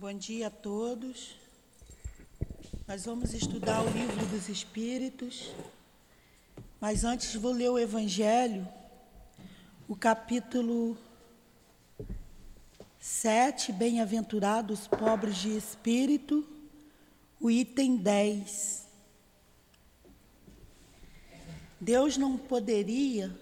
Bom dia a todos. Nós vamos estudar o Livro dos Espíritos, mas antes vou ler o Evangelho, o capítulo 7, Bem-aventurados pobres de espírito, o item 10. Deus não poderia,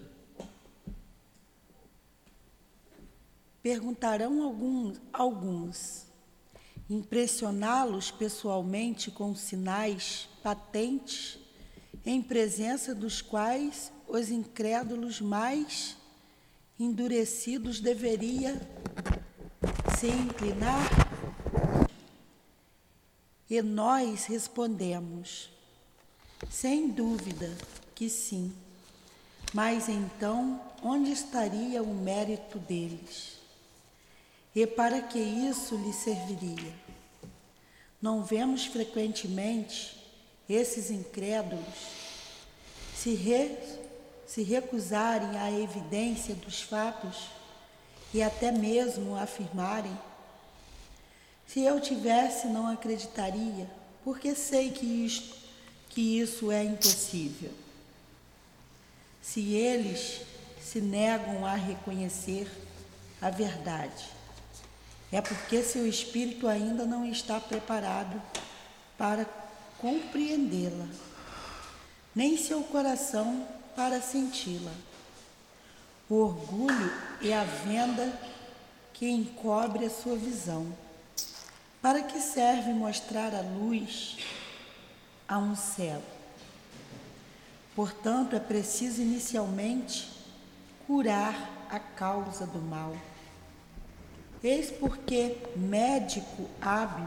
perguntarão alguns, impressioná-los pessoalmente com sinais patentes, em presença dos quais os incrédulos mais endurecidos deveriam se inclinar? E nós respondemos, sem dúvida que sim. Mas então, onde estaria o mérito deles? E para que isso lhe serviria? Não vemos frequentemente esses incrédulos se recusarem à evidência dos fatos e até mesmo afirmarem: se eu tivesse, não acreditaria, porque sei que isso é impossível. Se eles se negam a reconhecer a verdade, é porque seu espírito ainda não está preparado para compreendê-la, nem seu coração para senti-la. O orgulho é a venda que encobre a sua visão. Para que serve mostrar a luz a um cego? Portanto, é preciso inicialmente curar a causa do mal. Eis porque médico hábil,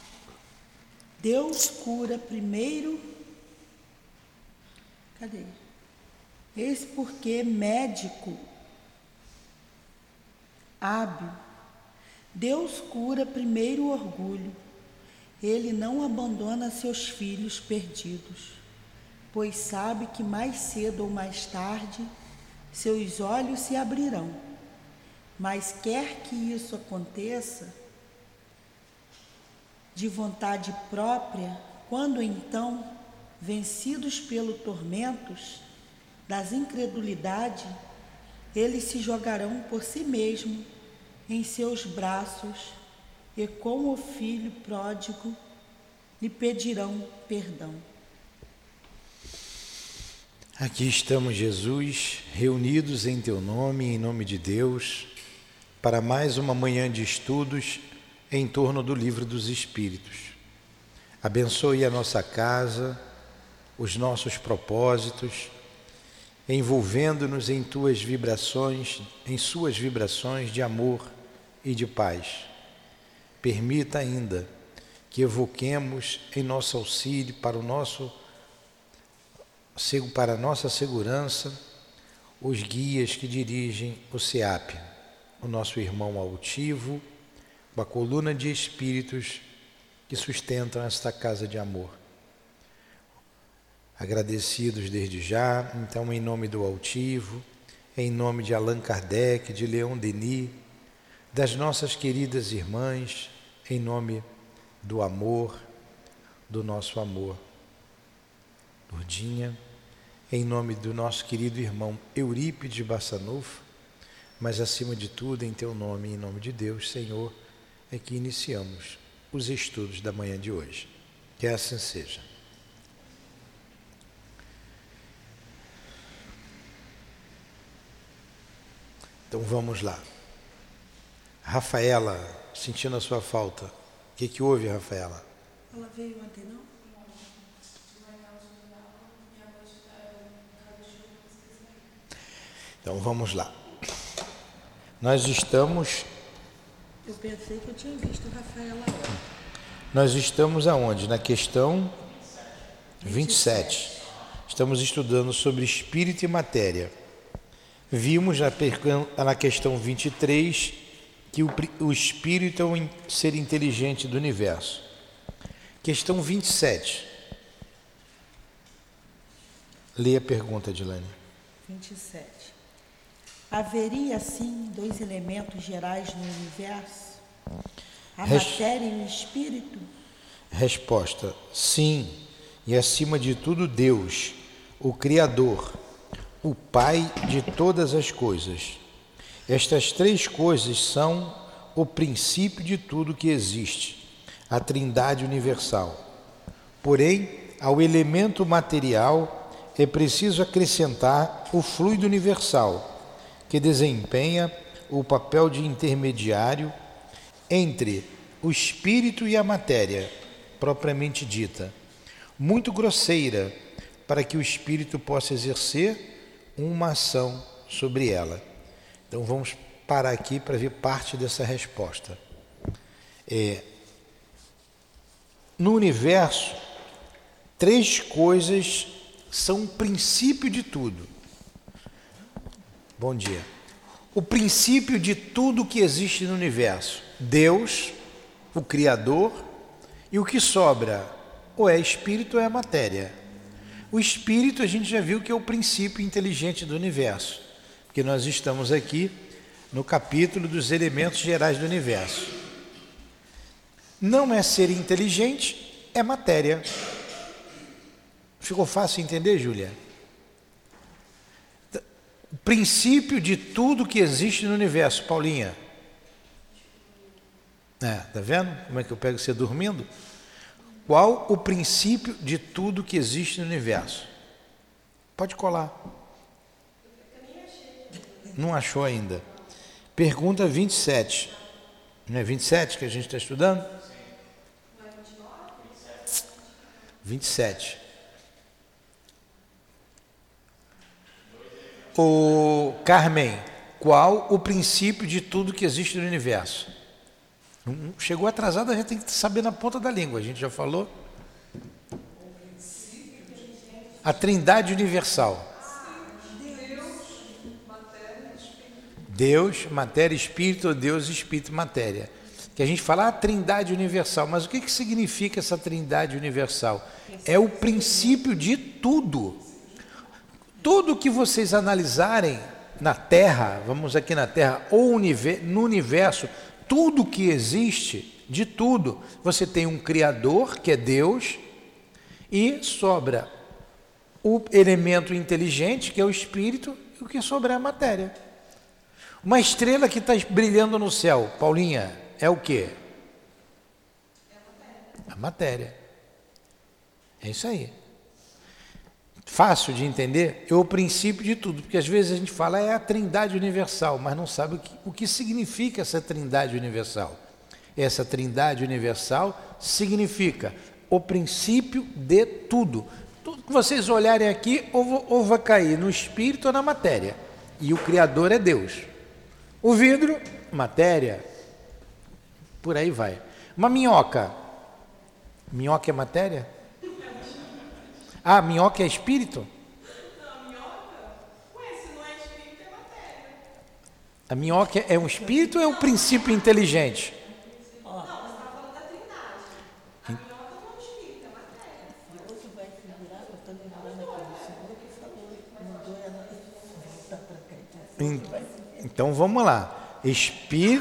Deus cura primeiro. Eis porque médico hábil, Deus cura primeiro o orgulho. Ele não abandona seus filhos perdidos, pois sabe que mais cedo ou mais tarde seus olhos se abrirão. Mas quer que isso aconteça de vontade própria, quando então, vencidos pelos tormentos das incredulidade, eles se jogarão por si mesmos em seus braços e com o filho pródigo lhe pedirão perdão. Aqui estamos, Jesus, reunidos em Teu nome, em nome de Deus, para mais uma manhã de estudos em torno do Livro dos Espíritos. Abençoe a nossa casa, os nossos propósitos, envolvendo-nos em Tuas vibrações, em Suas vibrações de amor e de paz. Permita ainda que evoquemos em nosso auxílio para a nossa segurança os guias que dirigem o SEAP, o nosso irmão altivo, a coluna de espíritos que sustentam esta casa de amor. Agradecidos desde já, então, em nome do altivo, em nome de Allan Kardec, de Leon Denis, das nossas queridas irmãs, em nome do amor, do nosso amor, Lourdinha, em nome do nosso querido irmão Eurípides Bassanufo, mas acima de tudo em Teu nome, em nome de Deus, Senhor, é que iniciamos os estudos da manhã de hoje. Que assim seja. Então vamos lá. Rafaela, sentindo a sua falta. O que houve, Rafaela? Ela veio ontem, não? Então vamos lá. Nós estamos... Eu pensei que eu tinha visto Rafaela ontem. Nós estamos aonde? Na questão 27. Estamos estudando sobre espírito e matéria. Vimos na questão 23 que o espírito é um ser inteligente do universo. Questão 27. Lê a pergunta, Dilane. 27. Haveria, assim, dois elementos gerais no universo? A matéria e o espírito? Resposta: sim, e acima de tudo Deus, o Criador, o Pai de todas as coisas. Estas três coisas são o princípio de tudo que existe, a Trindade universal. Porém, ao elemento material é preciso acrescentar o fluido universal, que desempenha o papel de intermediário entre o espírito e a matéria, propriamente dita, muito grosseira, para que o espírito possa exercer uma ação sobre ela. Então vamos parar aqui para ver parte dessa resposta. No universo, três coisas são o princípio de tudo. Bom dia. O princípio de tudo que existe no universo: Deus, o Criador, e o que sobra ou é espírito ou é matéria. O espírito a gente já viu que é o princípio inteligente do universo, porque nós estamos aqui no capítulo dos elementos gerais do universo. Não é ser inteligente, é matéria. Ficou fácil entender, Júlia? O princípio de tudo que existe no universo, Paulinha. Tá vendo como é que eu pego você dormindo? Qual o princípio de tudo que existe no universo? Pode colar. Não achou ainda. Pergunta 27. Não é 27 que a gente está estudando? 27. Carmen, qual o princípio de tudo que existe no universo? Chegou atrasado, a gente tem que saber na ponta da língua, a gente já falou. A Trindade universal. Deus, matéria, espírito, ou Deus, espírito, matéria. Que a gente fala a Trindade universal, mas o que significa essa Trindade universal? É o princípio de tudo. Tudo que vocês analisarem na Terra, vamos aqui na Terra, ou no universo, tudo que existe, de tudo, você tem um Criador, que é Deus, e sobra o elemento inteligente, que é o espírito, e o que sobra é a matéria. Uma estrela que está brilhando no céu, Paulinha, é o quê? A matéria. É isso aí. Fácil de entender? É o princípio de tudo, porque às vezes a gente fala é a Trindade universal, mas não sabe o que significa essa Trindade universal. Essa Trindade universal significa o princípio de tudo. Tudo que vocês olharem aqui, ou vai cair no espírito ou na matéria. E o Criador é Deus. O vidro, matéria. Por aí vai. Uma minhoca. Minhoca é matéria? Ah, minhoca é espírito? Não, minhoca? Ué, se não é espírito, é matéria. A minhoca é um espírito ou é um princípio inteligente? Não, você está falando da Trindade. A minhoca não é espírito, é matéria. Hoje vai figurar, eu estou lembrando aqui, o senhor que falou, mandou ela voltar para cá. Então vamos lá. Espírito.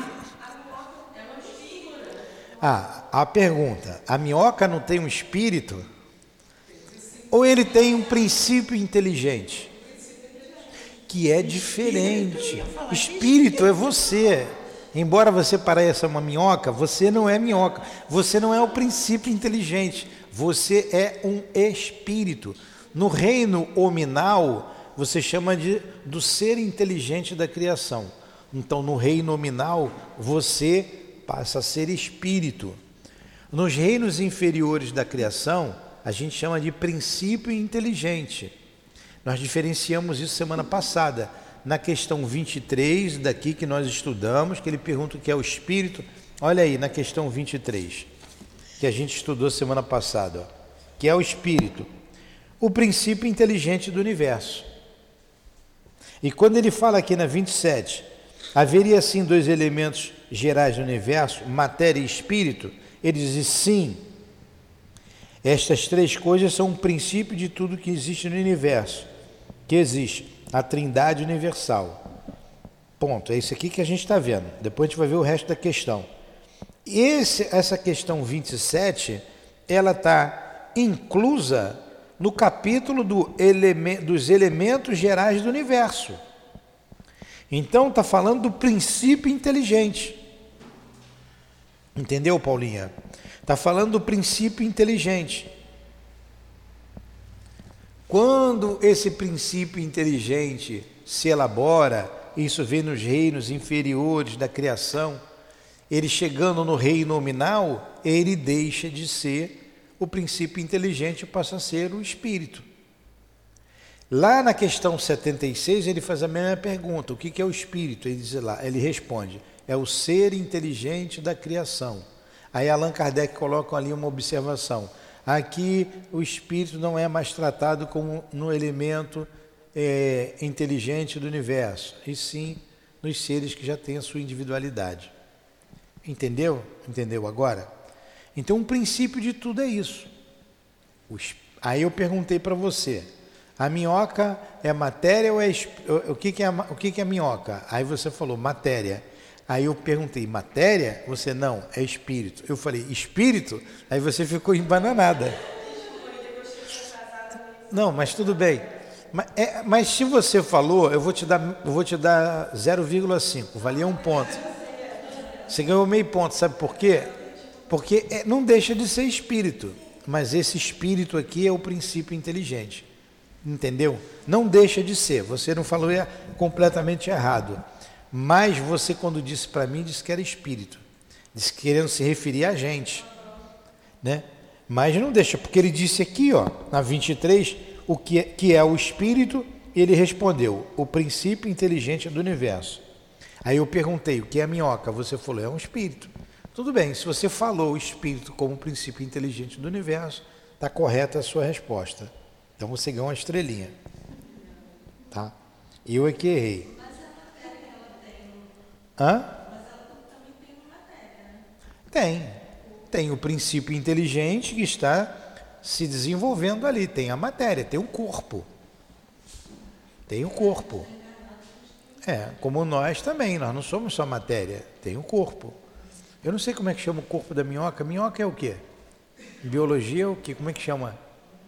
A pergunta: a minhoca não tem um espírito? Ou ele tem um princípio inteligente? Que é diferente. Espírito é você. Embora você pareça uma minhoca, você não é minhoca. Você não é o princípio inteligente. Você é um espírito. No reino hominal, você chama do ser inteligente da criação. Então, no reino nominal, você passa a ser espírito. Nos reinos inferiores da criação, a gente chama de princípio inteligente. Nós diferenciamos isso semana passada, na questão 23, daqui que nós estudamos, que ele pergunta o que é o espírito. Olha aí, na questão 23, que a gente estudou semana passada, que é o espírito, o princípio inteligente do universo. E quando ele fala aqui na 27, haveria assim dois elementos gerais do universo, matéria e espírito, ele diz sim. Estas três coisas são um princípio de tudo que existe no universo, que existe a Trindade universal. Ponto. É isso aqui que a gente está vendo. Depois a gente vai ver o resto da questão. Essa questão 27, ela está inclusa no capítulo dos elementos gerais do universo. Então está falando do princípio inteligente. Entendeu, Paulinha? Está falando do princípio inteligente. Quando esse princípio inteligente se elabora, isso vem nos reinos inferiores da criação, ele chegando no reino nominal, ele deixa de ser o princípio inteligente e passa a ser o espírito. Lá na questão 76, ele faz a mesma pergunta: o que é o espírito? Ele diz lá, ele responde: é o ser inteligente da criação. Aí Allan Kardec coloca ali uma observação: aqui o espírito não é mais tratado como no elemento inteligente do universo, e sim nos seres que já têm a sua individualidade. Entendeu? Entendeu agora? Então, o princípio de tudo é isso. Aí eu perguntei para você: a minhoca é matéria ou é o que é a minhoca? Aí você falou matéria. Aí eu perguntei: matéria? Você não, é espírito. Eu falei: espírito? Aí você ficou embananada. Não, mas tudo bem. Mas se você falou, eu vou te dar 0,5, valia 1 ponto. Você ganhou meio ponto, sabe por quê? Porque não deixa de ser espírito, mas esse espírito aqui é o princípio inteligente. Entendeu? Não deixa de ser, você não falou completamente errado. Mas você, quando disse para mim, disse que era espírito. Disse querendo se referir a gente, né? Mas não deixa, porque ele disse aqui, ó, na 23, o que é o espírito, ele respondeu: o princípio inteligente do universo. Aí eu perguntei: o que é a minhoca? Você falou: é um espírito. Tudo bem, se você falou o espírito como princípio inteligente do universo, está correta a sua resposta. Então você ganhou uma estrelinha. Tá? Eu é que errei. Mas a matéria que ela tem. Hã? Mas ela também tem uma matéria, né? Tem. Tem o princípio inteligente que está se desenvolvendo ali. Tem a matéria, tem o corpo. Tem o corpo. Como nós também, nós não somos só matéria, tem o corpo. Eu não sei como é que chama o corpo da minhoca. Minhoca é o quê? Em biologia é o quê? Como é que chama?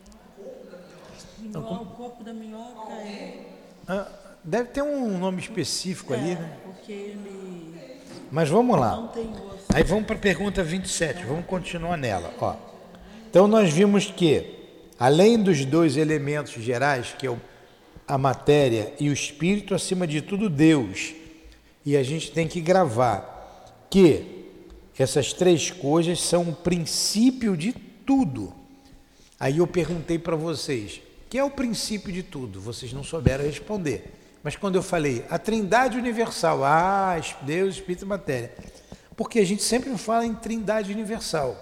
O corpo da minhoca Deve ter um nome específico ali, né? porque ele Mas vamos lá. não tem osso. Aí vamos para a pergunta 27, vamos continuar nela. Ó. Então nós vimos que, além dos 2 elementos gerais, que é a matéria e o espírito, acima de tudo Deus. E a gente tem que gravar que essas 3 coisas são o princípio de tudo. Aí eu perguntei para vocês: o que é o princípio de tudo? Vocês não souberam responder. Mas quando eu falei a Trindade Universal, Deus, Espírito e Matéria, porque a gente sempre fala em Trindade Universal.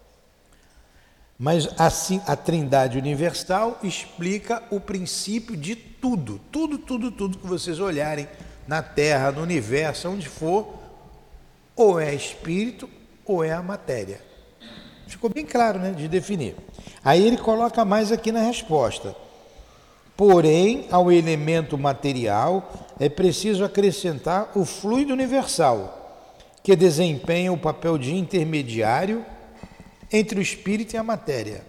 Mas assim, a Trindade Universal explica o princípio de tudo. Tudo que vocês olharem na Terra, no universo, onde for, ou é espírito ou é a matéria. Ficou bem claro, né, de definir. Aí ele coloca mais aqui na resposta: porém, ao elemento material é preciso acrescentar o fluido universal, que desempenha o papel de intermediário entre o espírito e a matéria.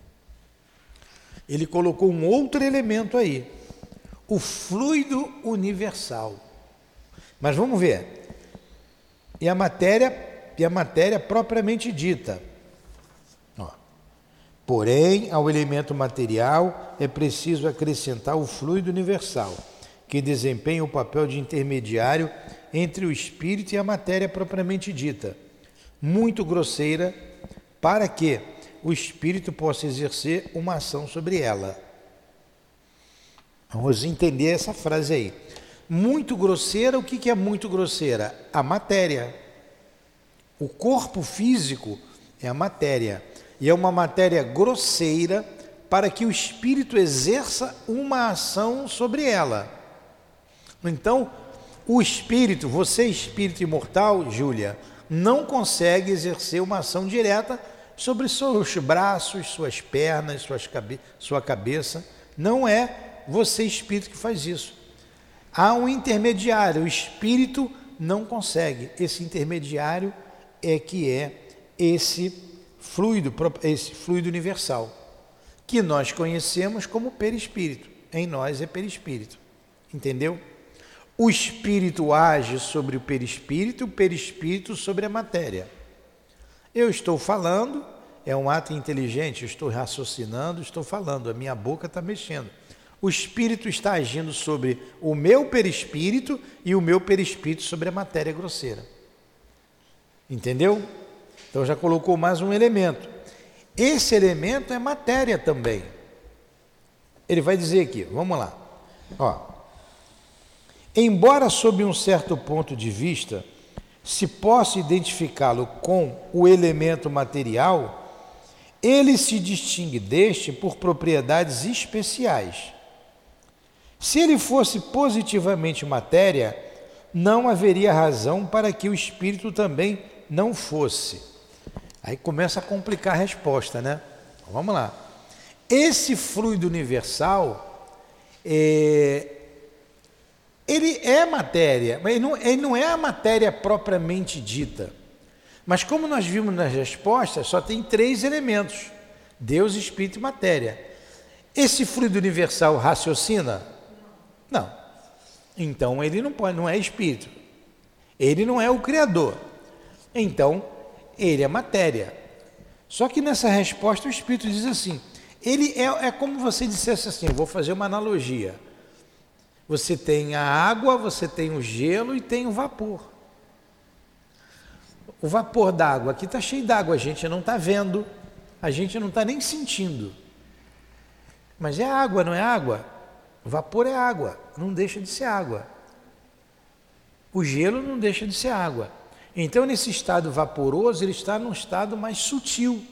Ele colocou um outro elemento aí: o fluido universal. Mas vamos ver. E a matéria propriamente dita. Porém, ao elemento material é preciso acrescentar o fluido universal, que desempenha o papel de intermediário entre o espírito e a matéria propriamente dita, muito grosseira, para que o espírito possa exercer uma ação sobre ela. Vamos entender essa frase aí. Muito grosseira, o que é muito grosseira? A matéria. O corpo físico é a matéria. E é uma matéria grosseira para que o espírito exerça uma ação sobre ela. Então, o espírito, você espírito imortal, Júlia, não consegue exercer uma ação direta sobre seus braços, suas pernas, sua cabeça. Não é você espírito que faz isso. Há um intermediário, o espírito não consegue. Esse intermediário é que é esse fluido universal, que nós conhecemos como perispírito. Em nós é perispírito. Entendeu? O espírito age sobre o perispírito sobre a matéria. Eu estou falando, é um ato inteligente, eu estou raciocinando, estou falando, a minha boca está mexendo. O espírito está agindo sobre o meu perispírito e o meu perispírito sobre a matéria grosseira. Entendeu? Então já colocou mais um elemento. Esse elemento é matéria também. Ele vai dizer aqui, vamos lá. Ó. Embora sob um certo ponto de vista se possa identificá-lo com o elemento material, ele se distingue deste por propriedades especiais. Se ele fosse positivamente matéria, não haveria razão para que o espírito também não fosse. Aí começa a complicar a resposta, né? Vamos lá. Esse fluido universal, ele é matéria, mas ele não é a matéria propriamente dita. Mas como nós vimos nas respostas, só tem 3 elementos: Deus, Espírito e matéria. Esse fluido universal raciocina? Não. Então ele não é Espírito. Ele não é o Criador. Então ele é matéria. Só que nessa resposta o Espírito diz assim, ele é como você dissesse assim, eu vou fazer uma analogia. Você tem a água, você tem o gelo e tem o vapor. O vapor d'água aqui está cheio d'água, a gente não está vendo, a gente não está nem sentindo. Mas é água, não é água? O vapor é água, não deixa de ser água. O gelo não deixa de ser água. Então, nesse estado vaporoso, ele está num estado mais sutil.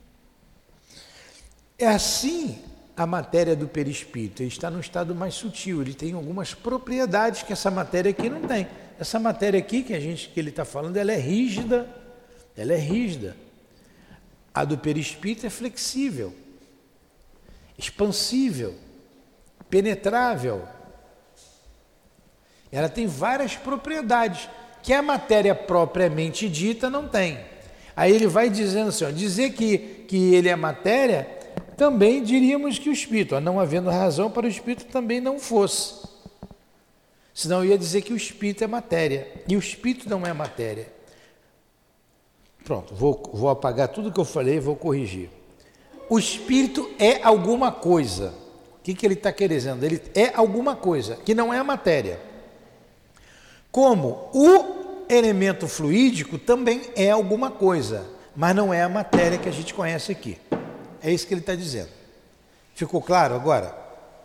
É assim a matéria do perispírito, ele está num estado mais sutil, ele tem algumas propriedades que essa matéria aqui não tem. Essa matéria aqui que ele está falando, ela é rígida. A do perispírito é flexível, expansível, penetrável. Ela tem várias propriedades que a matéria propriamente dita não tem. Aí ele vai dizendo assim, ó, dizer que ele é matéria, também diríamos que o espírito, não havendo razão para o espírito também não fosse. Senão eu ia dizer que o espírito é matéria, e o espírito não é matéria. Pronto, vou apagar tudo que eu falei e vou corrigir. O espírito é alguma coisa. O que ele está querendo dizer? Ele é alguma coisa, que não é a matéria. Como o elemento fluídico também é alguma coisa, mas não é a matéria que a gente conhece aqui. É isso que ele está dizendo. Ficou claro agora?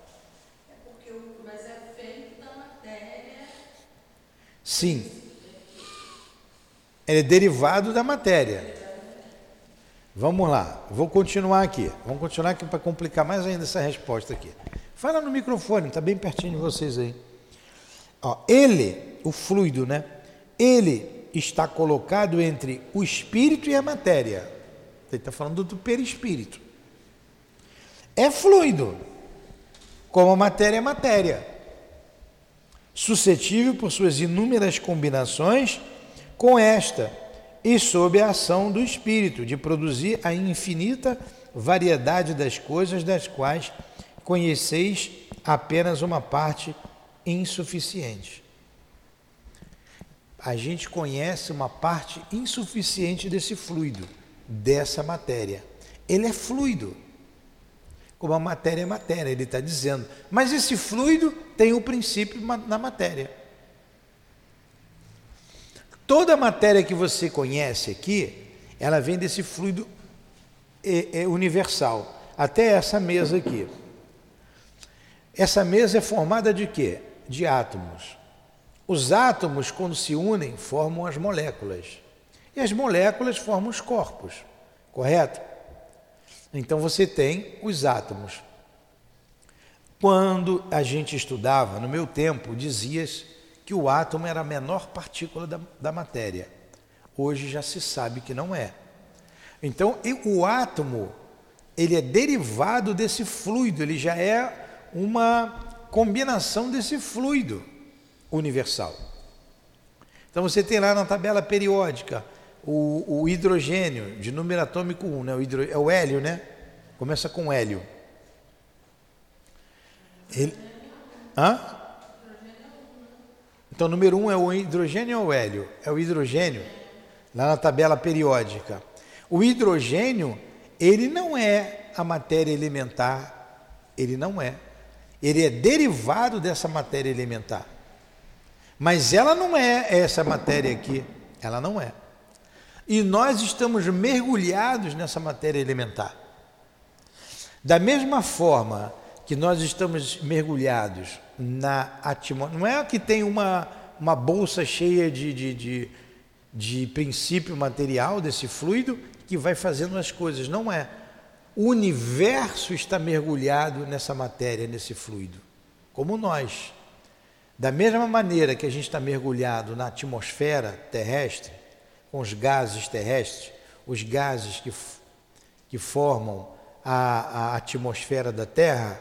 Mas é feito da matéria. Sim. Ele é derivado da matéria. Vamos lá, vou continuar aqui. Vamos continuar aqui para complicar mais ainda essa resposta aqui. Fala no microfone, está bem pertinho de vocês aí. Ó, ele, o fluido, né? Ele está colocado entre o espírito e a matéria. Ele está falando do perispírito. É fluido, como a matéria é matéria. Suscetível por suas inúmeras combinações com esta e sob a ação do espírito, de produzir a infinita variedade das coisas das quais conheceis apenas uma parte insuficiente. A gente conhece uma parte insuficiente desse fluido, dessa matéria. Ele é fluido, como a matéria é matéria, ele está dizendo. Mas esse fluido tem o princípio na matéria. Toda a matéria que você conhece aqui, ela vem desse fluido universal. Até essa mesa aqui. Essa mesa é formada de quê? De átomos. Os átomos, quando se unem, formam as moléculas. E as moléculas formam os corpos, correto? Então você tem os átomos. Quando a gente estudava, no meu tempo, dizia-se que o átomo era a menor partícula da matéria. Hoje já se sabe que não é. Então, o átomo, ele é derivado desse fluido, ele já é uma combinação desse fluido universal. Então você tem lá na tabela periódica o hidrogênio, de número atômico 1, né? É o hélio, né? Começa com hélio. Hã? Então, número 1 é o hidrogênio ou o hélio? É o hidrogênio, lá na tabela periódica. O hidrogênio, ele não é a matéria elementar, ele não é. Ele é derivado dessa matéria elementar. Mas ela não é essa matéria aqui, ela não é. E nós estamos mergulhados nessa matéria elementar. Da mesma forma que nós estamos mergulhados na atmosfera, não é que tem uma bolsa cheia de princípio material desse fluido que vai fazendo as coisas, não é. O universo está mergulhado nessa matéria, nesse fluido, como nós. Da mesma maneira que a gente está mergulhado na atmosfera terrestre, com os gases terrestres, os gases que formam a atmosfera da Terra,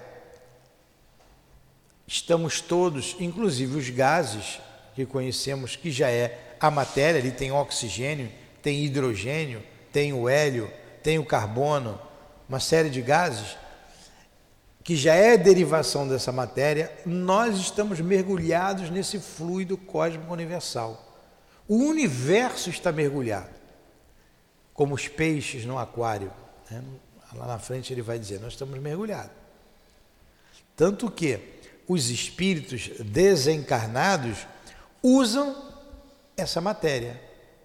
estamos todos, inclusive os gases que conhecemos, que já é a matéria, ali tem oxigênio, tem hidrogênio, tem o hélio, tem o carbono, uma série de gases, que já é derivação dessa matéria, nós estamos mergulhados nesse fluido cósmico universal. O universo está mergulhado, como os peixes no aquário, né? Lá na frente ele vai dizer, nós estamos mergulhados. Tanto que os espíritos desencarnados usam essa matéria.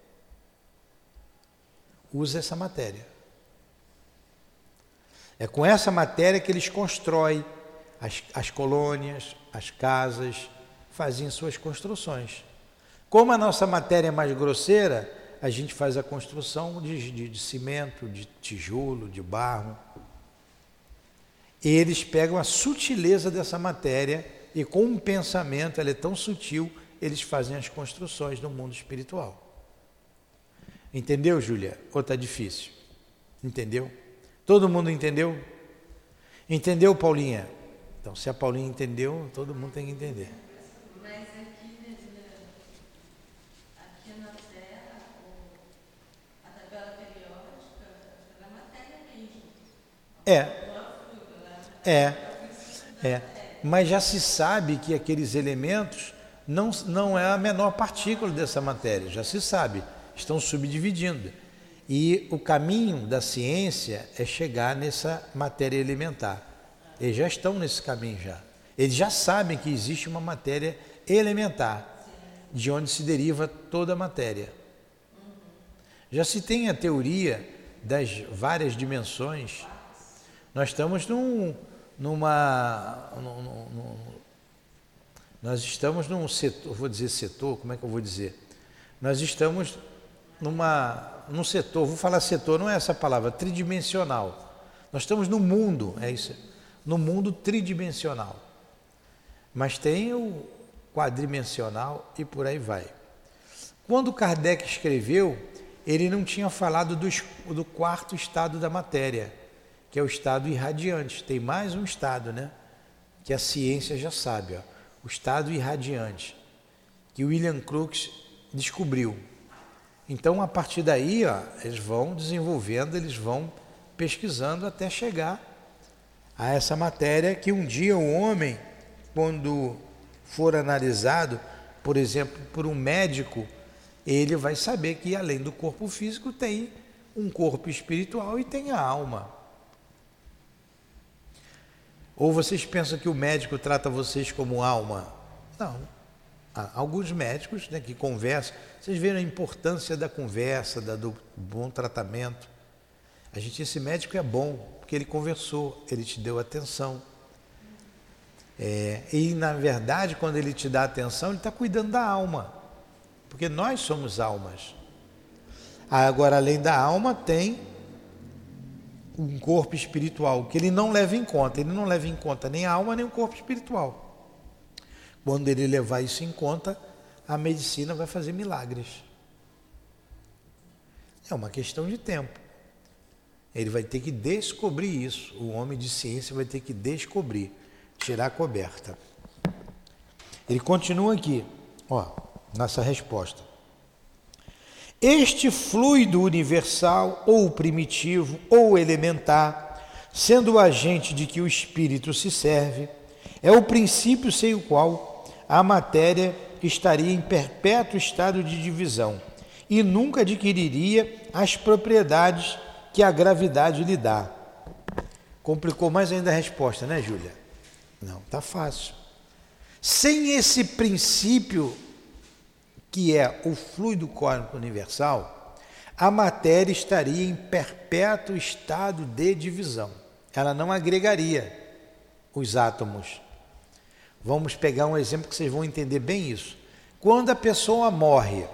Usa essa matéria. É com essa matéria que eles constroem as colônias, as casas, fazem suas construções. Como a nossa matéria é mais grosseira, a gente faz a construção de cimento, de tijolo, de barro. Eles pegam a sutileza dessa matéria e com um pensamento, ela é tão sutil, eles fazem as construções no mundo espiritual. Entendeu, Júlia? Ou está difícil? Entendeu? Todo mundo entendeu? Entendeu, Paulinha? Então, se a Paulinha entendeu, todo mundo tem que entender. Mas aqui na Terra, a tabela periódica é da matéria mesmo. Mas já se sabe que aqueles elementos não é a menor partícula dessa matéria, já se sabe, estão subdividindo. E o caminho da ciência é chegar nessa matéria elementar. Eles já estão nesse caminho já. Eles já sabem que existe uma matéria elementar, de onde se deriva toda a matéria. Já se tem a teoria das várias dimensões. Nós estamos nós estamos num setor, vou dizer setor, como é que eu vou dizer? Nós estamos num setor, vou falar setor, não é essa palavra, tridimensional. Nós estamos no mundo, é isso, no mundo tridimensional. Mas tem o quadrimensional e por aí vai. Quando Kardec escreveu, ele não tinha falado do quarto estado da matéria, que é o estado irradiante. Tem mais um estado, né? Que a ciência já sabe, ó, o estado irradiante, que William Crookes descobriu. Então, a partir daí, ó, eles vão desenvolvendo, eles vão pesquisando até chegar a essa matéria que um dia o homem, quando for analisado, por exemplo, por um médico, ele vai saber que além do corpo físico tem um corpo espiritual e tem a alma. Ou vocês pensam que o médico trata vocês como alma? Não. Há alguns médicos, né, que conversam, vocês viram a importância da conversa, do bom tratamento. Esse médico é bom, porque ele conversou, ele te deu atenção. E na verdade, quando ele te dá atenção, ele está cuidando da alma, porque nós somos almas. Agora, além da alma, tem um corpo espiritual, que ele não leva em conta. Ele não leva em conta nem a alma, nem o corpo espiritual. Quando ele levar isso em conta, a medicina vai fazer milagres. É uma questão de tempo. Ele vai ter que descobrir isso. O homem de ciência vai ter que descobrir, tirar a coberta. Ele continua aqui, ó, nessa resposta. Este fluido universal, ou primitivo, ou elementar, sendo o agente de que o espírito se serve, é o princípio sem o qual a matéria estaria em perpétuo estado de divisão e nunca adquiriria as propriedades que a gravidade lhe dá. Complicou mais ainda a resposta, né, Júlia? Não, tá fácil. Sem esse princípio, que é o fluido cósmico universal, a matéria estaria em perpétuo estado de divisão. Ela não agregaria os átomos. Vamos pegar um exemplo que vocês vão entender bem isso. Quando a pessoa morreu,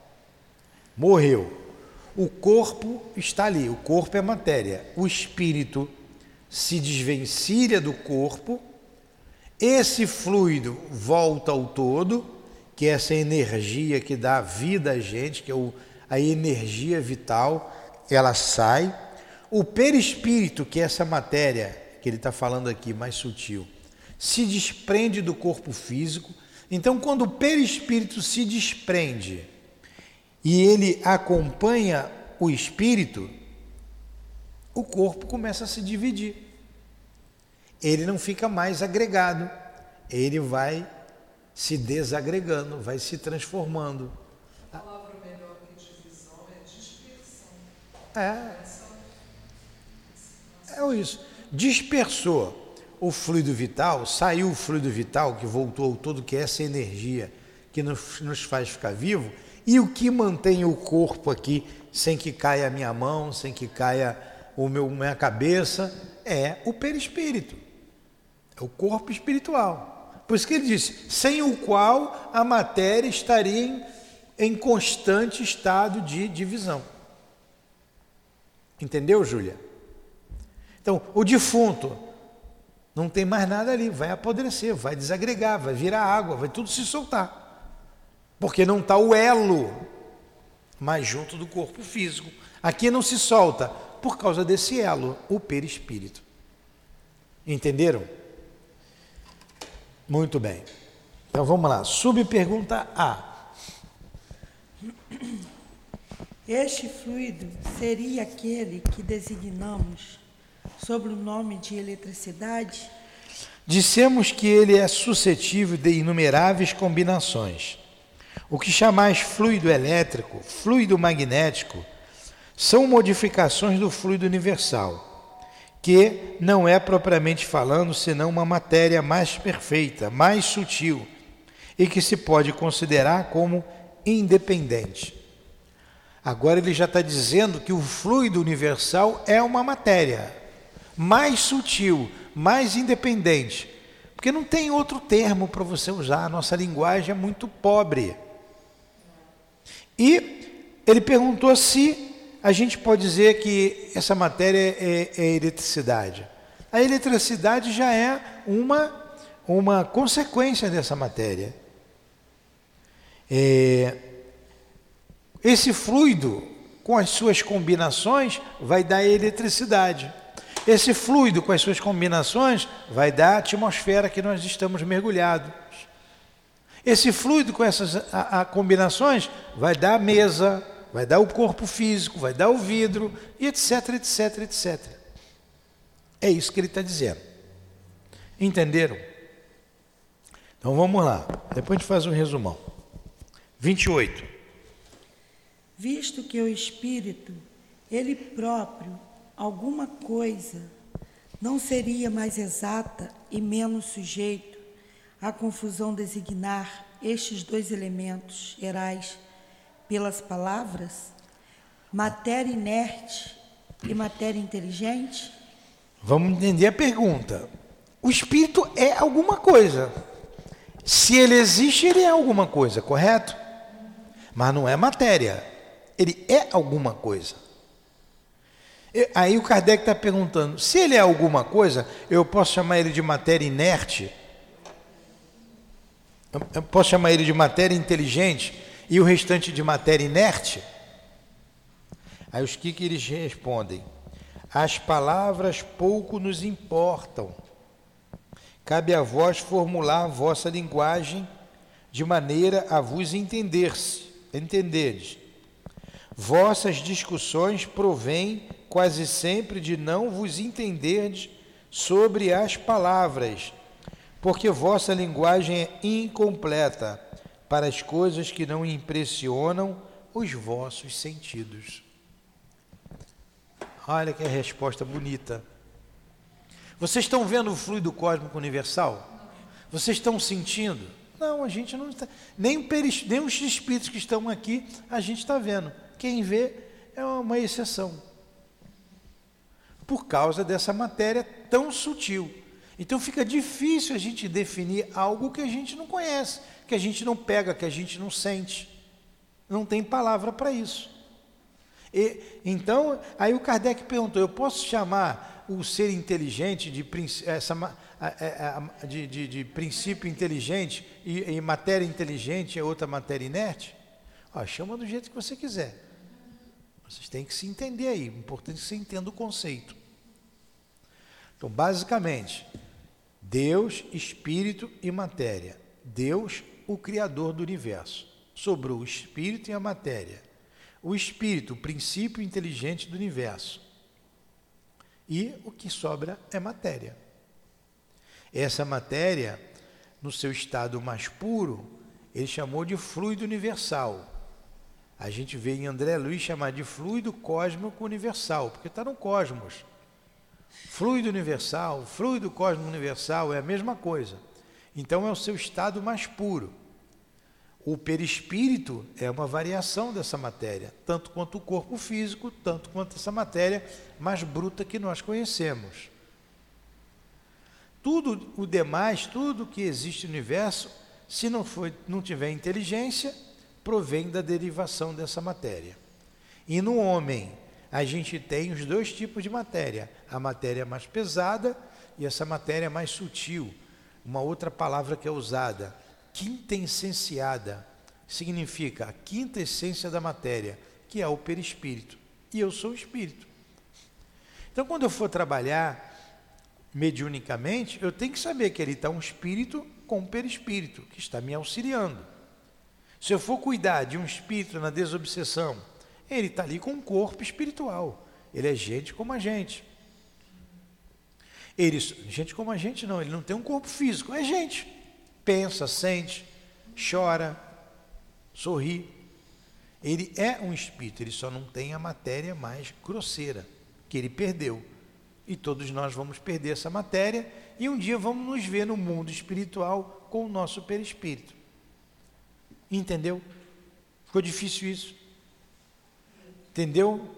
o corpo está ali, o corpo é matéria, o espírito se desvencilha do corpo, esse fluido volta ao todo, que é essa energia que dá vida a gente, que é a energia vital, ela sai. O perispírito, que é essa matéria que ele está falando aqui, mais sutil, se desprende do corpo físico. Então, quando o perispírito se desprende e ele acompanha o espírito, o corpo começa a se dividir. Ele não fica mais agregado, ele vai se desagregando, vai se transformando. A palavra melhor que divisão é dispersão. É isso. Dispersou o fluido vital, saiu o fluido vital, que voltou ao todo, que é essa energia que nos faz ficar vivo, e o que mantém o corpo aqui, sem que caia a minha mão, sem que caia minha cabeça, é o perispírito, é o corpo espiritual. Por isso que ele disse, sem o qual a matéria estaria em constante estado de divisão. Entendeu, Júlia? Então, o defunto não tem mais nada ali, vai apodrecer, vai desagregar, vai virar água, vai tudo se soltar. Porque não está o elo mais junto do corpo físico. Aqui não se solta por causa desse elo, o perispírito. Entenderam? Muito bem. Então vamos lá. Subpergunta A. Este fluido seria aquele que designamos sob o nome de eletricidade? Dissemos que ele é suscetível de inumeráveis combinações. O que chamais fluido elétrico, fluido magnético, são modificações do fluido universal, que não é propriamente falando senão uma matéria mais perfeita, mais sutil, e que se pode considerar como independente. Agora ele já está dizendo que o fluido universal é uma matéria mais sutil, mais independente, porque não tem outro termo para você usar, a nossa linguagem é muito pobre. E ele perguntou se a gente pode dizer que essa matéria é eletricidade. A eletricidade já é uma consequência dessa matéria. Esse fluido, com as suas combinações, vai dar eletricidade. Esse fluido, com as suas combinações, vai dar a atmosfera que nós estamos mergulhados. Esse fluido, com essas combinações, vai dar a mesa, vai dar o corpo físico, vai dar o vidro, e etc, etc, etc. É isso que ele está dizendo. Entenderam? Então vamos lá. Depois a gente faz um resumão. 28. Visto que o espírito, ele próprio, alguma coisa, não seria mais exata e menos sujeito à confusão designar estes dois elementos gerais pelas palavras, matéria inerte e matéria inteligente? Vamos entender a pergunta. O espírito é alguma coisa. Se ele existe, ele é alguma coisa, correto? Mas não é matéria. Ele é alguma coisa. Aí o Kardec está perguntando, se ele é alguma coisa, eu posso chamar ele de matéria inerte? Eu posso chamar ele de matéria inteligente e o restante de matéria inerte? Aí os que eles respondem? As palavras pouco nos importam. Cabe a vós formular a vossa linguagem de maneira a vos entenderes. Vossas discussões provêm quase sempre de não vos entenderdes sobre as palavras, porque vossa linguagem é incompleta para as coisas que não impressionam os vossos sentidos. Olha que resposta bonita. Vocês estão vendo o fluido cósmico universal? Vocês estão sentindo? Não, a gente não está. Nem os espíritos que estão aqui a gente está vendo. Quem vê é uma exceção. Por causa dessa matéria tão sutil. Então fica difícil a gente definir algo que a gente não conhece, que a gente não pega, que a gente não sente. Não tem palavra para isso. Então, aí o Kardec perguntou, eu posso chamar o ser inteligente de princípio inteligente e matéria inteligente é outra matéria inerte? Chama do jeito que você quiser. Vocês têm que se entender aí, o importante é que você entenda o conceito. Então, basicamente, Deus, Espírito e matéria. Deus, o Criador do universo. Sobrou o Espírito e a matéria. O Espírito, o princípio inteligente do universo. E o que sobra é matéria. Essa matéria, no seu estado mais puro, ele chamou de fluido universal. A gente vê em André Luiz chamar de fluido cósmico universal, porque está no cosmos. Fluido universal, fluido cósmico universal é a mesma coisa. Então é o seu estado mais puro. O perispírito é uma variação dessa matéria, tanto quanto o corpo físico, tanto quanto essa matéria mais bruta que nós conhecemos. Tudo o demais, tudo que existe no universo, se não tiver inteligência, provém da derivação dessa matéria. E no homem, a gente tem os dois tipos de matéria, a matéria mais pesada e essa matéria mais sutil. Uma outra palavra que é usada, quintessenciada, significa a quinta essência da matéria, que é o perispírito. E eu sou o espírito. Então, quando eu for trabalhar mediunicamente, eu tenho que saber que ali está um espírito com um perispírito, que está me auxiliando. Se eu for cuidar de um espírito na desobsessão, ele está ali com um corpo espiritual. Ele é gente como a gente. Gente como a gente não, ele não tem um corpo físico, é gente. Pensa, sente, chora, sorri. Ele é um espírito, ele só não tem a matéria mais grosseira, que ele perdeu. E todos nós vamos perder essa matéria e um dia vamos nos ver no mundo espiritual com o nosso perispírito. Entendeu? Ficou difícil isso? Entendeu?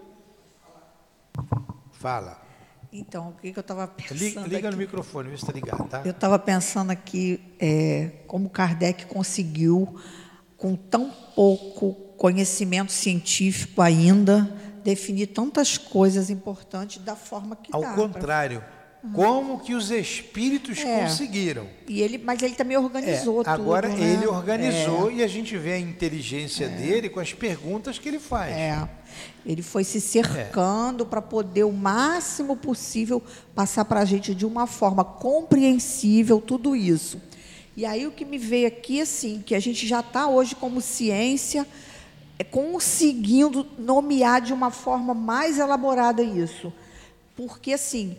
Fala. Então, o que eu estava pensando Liga aqui? no microfone, vê se está ligado, tá? Eu estava pensando aqui como Kardec conseguiu, com tão pouco conhecimento científico ainda, definir tantas coisas importantes da forma que Ao dá. contrário, como que os espíritos conseguiram? Mas ele também organizou tudo. Agora né? ele organizou e a gente vê a inteligência dele com as perguntas que ele faz. Ele foi se cercando para poder o máximo possível passar para a gente de uma forma compreensível tudo isso. E aí o que me veio aqui, assim, que a gente já está hoje como ciência conseguindo nomear de uma forma mais elaborada isso. Porque, assim,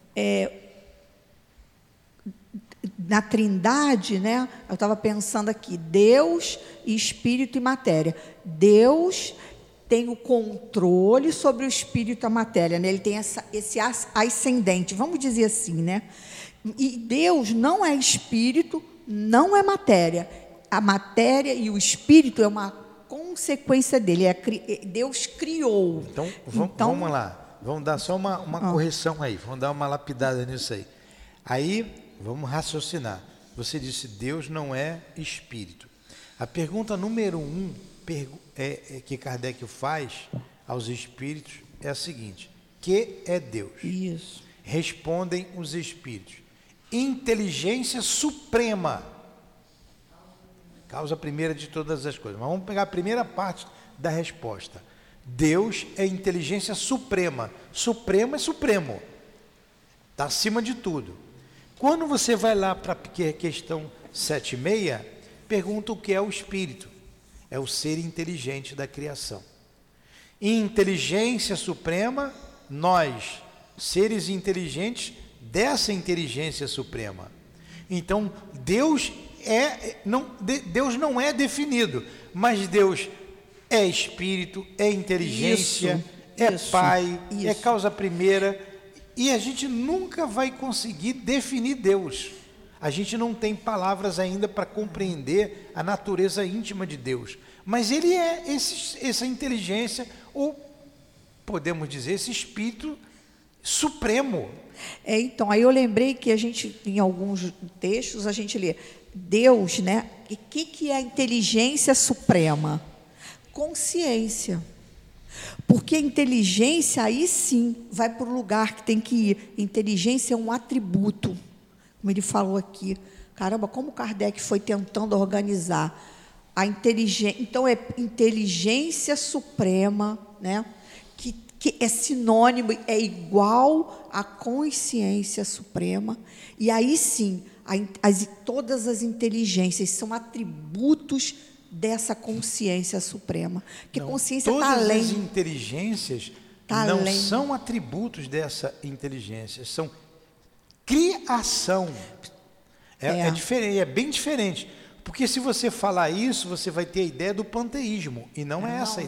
na Trindade, né, eu estava pensando aqui, Deus, Espírito e matéria. Deus tem o controle sobre o espírito e a matéria, né? Ele tem esse ascendente, vamos dizer assim, né? E Deus não é espírito, não é matéria. A matéria e o espírito é uma consequência dele. Deus criou. Então, vamos lá. Vamos dar só uma correção aí. Vamos dar uma lapidada nisso aí. Aí, vamos raciocinar. Você disse, Deus não é espírito. A pergunta número 1 que Kardec faz aos espíritos é a seguinte: que é Deus? Isso. Respondem os espíritos: inteligência suprema, causa primeira de todas as coisas. Mas vamos pegar a primeira parte da resposta. Deus é inteligência suprema. Supremo é supremo, está acima de tudo. Quando você vai lá para a questão 7.6, pergunta o que é o espírito. É o ser inteligente da criação. inteligência suprema, nós, seres inteligentes dessa inteligência suprema. Então, Deus não é definido, mas Deus é espírito, é inteligência, Pai, é causa primeira, e a gente nunca vai conseguir definir Deus. A gente não tem palavras ainda para compreender a natureza íntima de Deus, mas Ele é essa inteligência, ou podemos dizer, esse espírito supremo. Então, aí eu lembrei que a gente, em alguns textos, a gente lê Deus, né? E o que é a inteligência suprema? Consciência. Porque a inteligência, aí sim, vai para o lugar que tem que ir. Inteligência é um atributo, como ele falou aqui. Caramba, como Kardec foi tentando organizar a inteligência. Então, é inteligência suprema, né? Que é sinônimo, é igual à consciência suprema. E aí sim, todas as inteligências são atributos dessa consciência suprema. Que consciência está além. Todas as inteligências não são atributos dessa inteligência, são criação. É diferente, é bem diferente. Porque se você falar isso, você vai ter a ideia do panteísmo, e não é essa a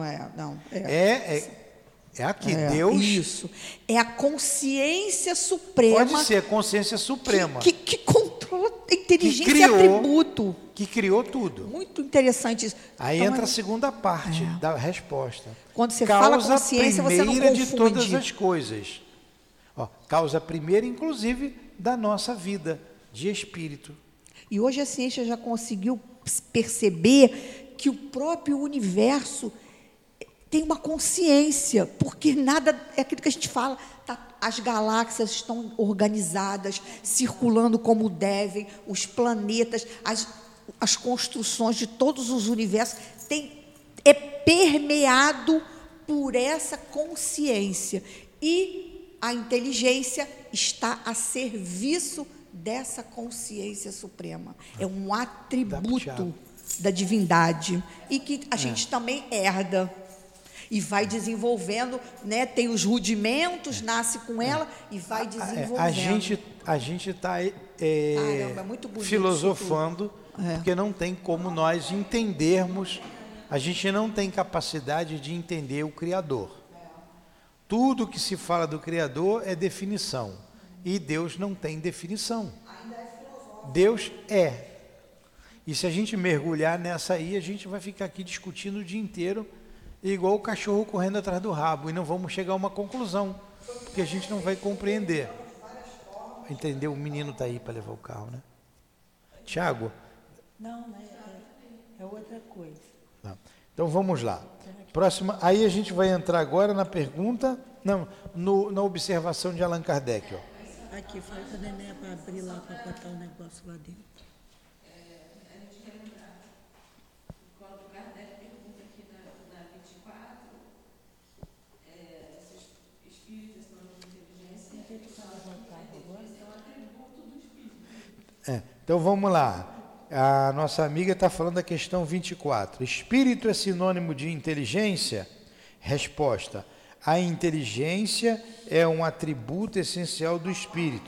ideia. É aqui, Deus... Isso. É a consciência suprema... Pode ser a consciência suprema. Que controla a inteligência e atributo. Que criou tudo. Muito interessante isso. Aí então, entra a segunda parte da resposta. Quando você fala consciência, você não confunde. De todas as coisas. Causa primeira, inclusive, da nossa vida de espírito. E hoje a ciência já conseguiu perceber que o próprio universo tem uma consciência, porque nada, é aquilo que a gente fala, as galáxias estão organizadas, circulando como devem, os planetas, as construções de todos os universos, é permeado por essa consciência. E a inteligência está a serviço dessa consciência suprema. É um atributo da divindade, e que a gente também herda. E vai desenvolvendo, né? Tem os rudimentos, nasce com ela e vai desenvolvendo. A gente está filosofando, porque não tem como nós entendermos, a gente não tem capacidade de entender o Criador. Tudo que se fala do Criador é definição, e Deus não tem definição. Deus é. E se a gente mergulhar nessa aí, a gente vai ficar aqui discutindo o dia inteiro, igual o cachorro correndo atrás do rabo, e não vamos chegar a uma conclusão, porque a gente não vai compreender. Entendeu? O menino está aí para levar o carro, né? Tiago? Não, é outra coisa. Não. Então vamos lá. Próxima, aí a gente vai entrar agora na pergunta, na observação de Allan Kardec. Aqui, falta neném para abrir lá, para botar o negócio lá dentro. Então vamos lá. A nossa amiga está falando da questão 24. Espírito é sinônimo de inteligência? Resposta: a inteligência é um atributo essencial do espírito.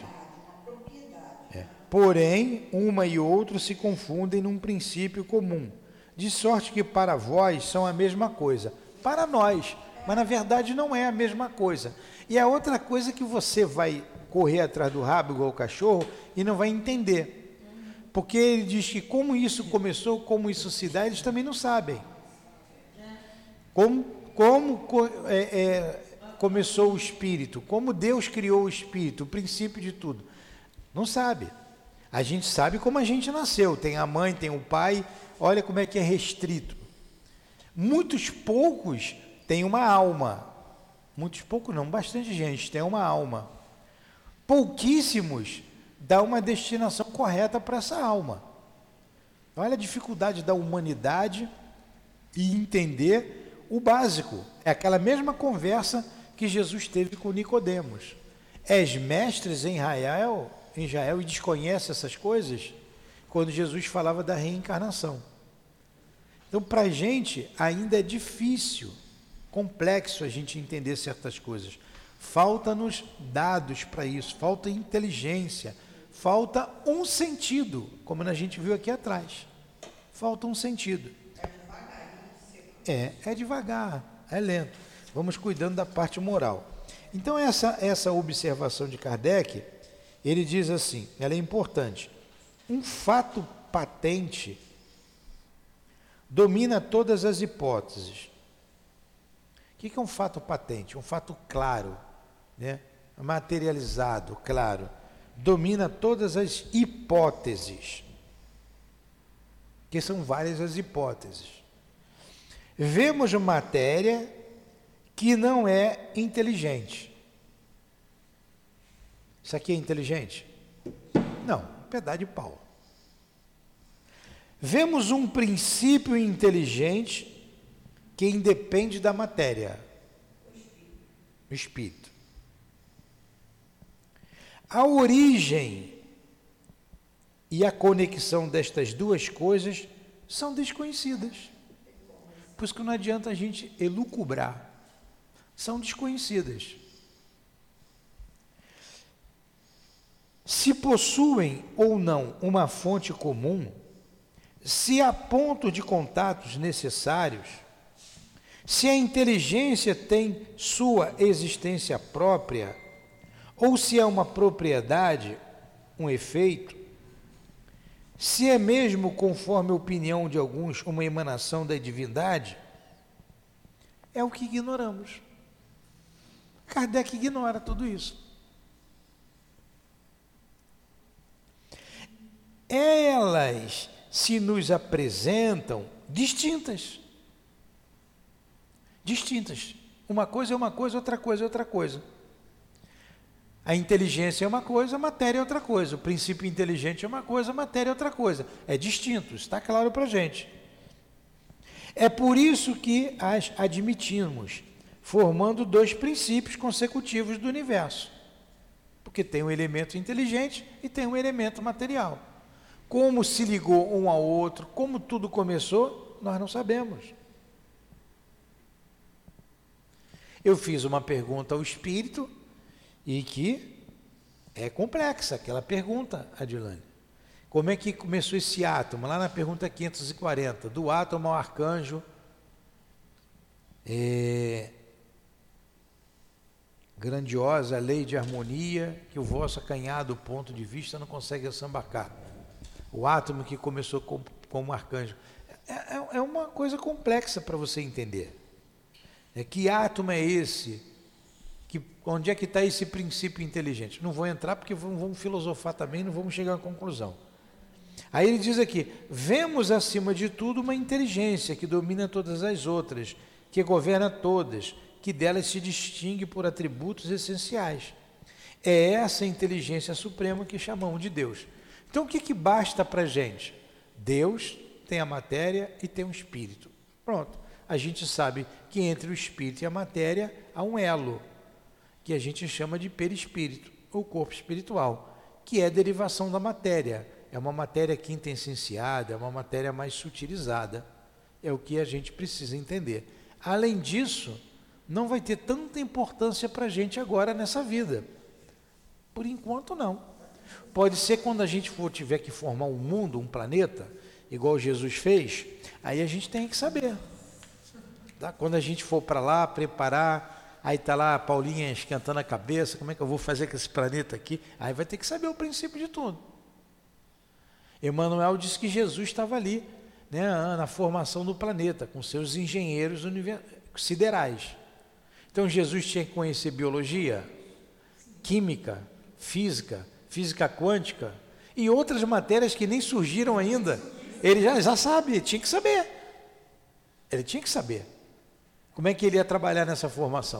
Porém, uma e outro se confundem num princípio comum, de sorte que para vós são a mesma coisa. Para nós, mas na verdade não é a mesma coisa. E a outra coisa que você vai correr atrás do rabo igual o cachorro e não vai entender. Porque ele diz que como isso começou, como isso se dá, eles também não sabem. Como começou o Espírito, como Deus criou o Espírito, o princípio de tudo. Não sabe. A gente sabe como a gente nasceu, tem a mãe, tem o pai, olha como é que é restrito. Muitos poucos têm uma alma. Muitos poucos não, bastante gente tem uma alma. Pouquíssimos dá uma destinação correta para essa alma. Olha a dificuldade da humanidade e entender o básico. É aquela mesma conversa que Jesus teve com Nicodemos. És mestres em Israel e desconhece essas coisas? Quando Jesus falava da reencarnação. Então, para a gente, ainda é difícil complexo a gente entender certas coisas. Falta-nos dados para isso, falta inteligência, falta um sentido, como a gente viu aqui atrás. Falta um sentido. É devagar, é lento. Vamos cuidando da parte moral. Então essa observação de Kardec, ele diz assim, ela é importante. Um fato patente domina todas as hipóteses. O que é um fato patente? Um fato claro, né? Materializado, claro. Domina todas as hipóteses, que são várias as hipóteses. Vemos matéria que não é inteligente. Isso aqui é inteligente? Não, um pedaço de pau. Vemos um princípio inteligente que independe da matéria, o espírito. A origem e a conexão destas duas coisas são desconhecidas. Por isso que não adianta a gente elucubrar. São desconhecidas. Se possuem ou não uma fonte comum, se há ponto de contatos necessários, se a inteligência tem sua existência própria, ou se é uma propriedade, um efeito, se é mesmo, conforme a opinião de alguns, uma emanação da divindade, é o que ignoramos. Kardec ignora tudo isso. Elas se nos apresentam distintas. Distintas. Uma coisa é uma coisa, outra coisa é outra coisa. A inteligência é uma coisa, a matéria é outra coisa. O princípio inteligente é uma coisa, a matéria é outra coisa. É distinto, está claro para a gente. É por isso que as admitimos, formando dois princípios consecutivos do universo. Porque tem um elemento inteligente e tem um elemento material. Como se ligou um ao outro, como tudo começou, nós não sabemos. Eu fiz uma pergunta ao espírito e que é complexa aquela pergunta, Adilane. Como é que começou esse átomo? Lá na pergunta 540, do átomo ao arcanjo, grandiosa lei de harmonia que o vosso acanhado ponto de não consegue assambarcar. O átomo que começou como arcanjo. É uma coisa complexa para você entender. Que átomo é esse? Onde é que está esse princípio inteligente? Não vou entrar porque vamos filosofar também, não vamos chegar à conclusão. Aí ele diz aqui, vemos acima de tudo uma inteligência que domina todas as outras, que governa todas, que delas se distingue por atributos essenciais. É essa inteligência suprema que chamamos de Deus. Então o que basta para a gente? Deus tem a matéria e tem o espírito. Pronto. A gente sabe que entre o espírito e a matéria há um elo, que a gente chama de perispírito, ou corpo espiritual, que é derivação da matéria. É uma matéria quintessenciada, é uma matéria mais sutilizada. É o que a gente precisa entender. Além disso, não vai ter tanta importância para a gente agora nessa vida. Por enquanto, não. Pode ser quando a gente tiver que formar um mundo, um planeta, igual Jesus fez, aí a gente tem que saber. Tá? Quando a gente for para lá, preparar, aí está lá a Paulinha esquentando a cabeça, como é que eu vou fazer com esse planeta aqui? Aí vai ter que saber o princípio de tudo. Emmanuel disse que Jesus estava ali, né, na formação do planeta, com seus engenheiros siderais. Então Jesus tinha que conhecer biologia, química, física quântica e outras matérias que nem surgiram ainda. Ele já sabe, tinha que saber. Ele tinha que saber. Como é que ele ia trabalhar nessa formação?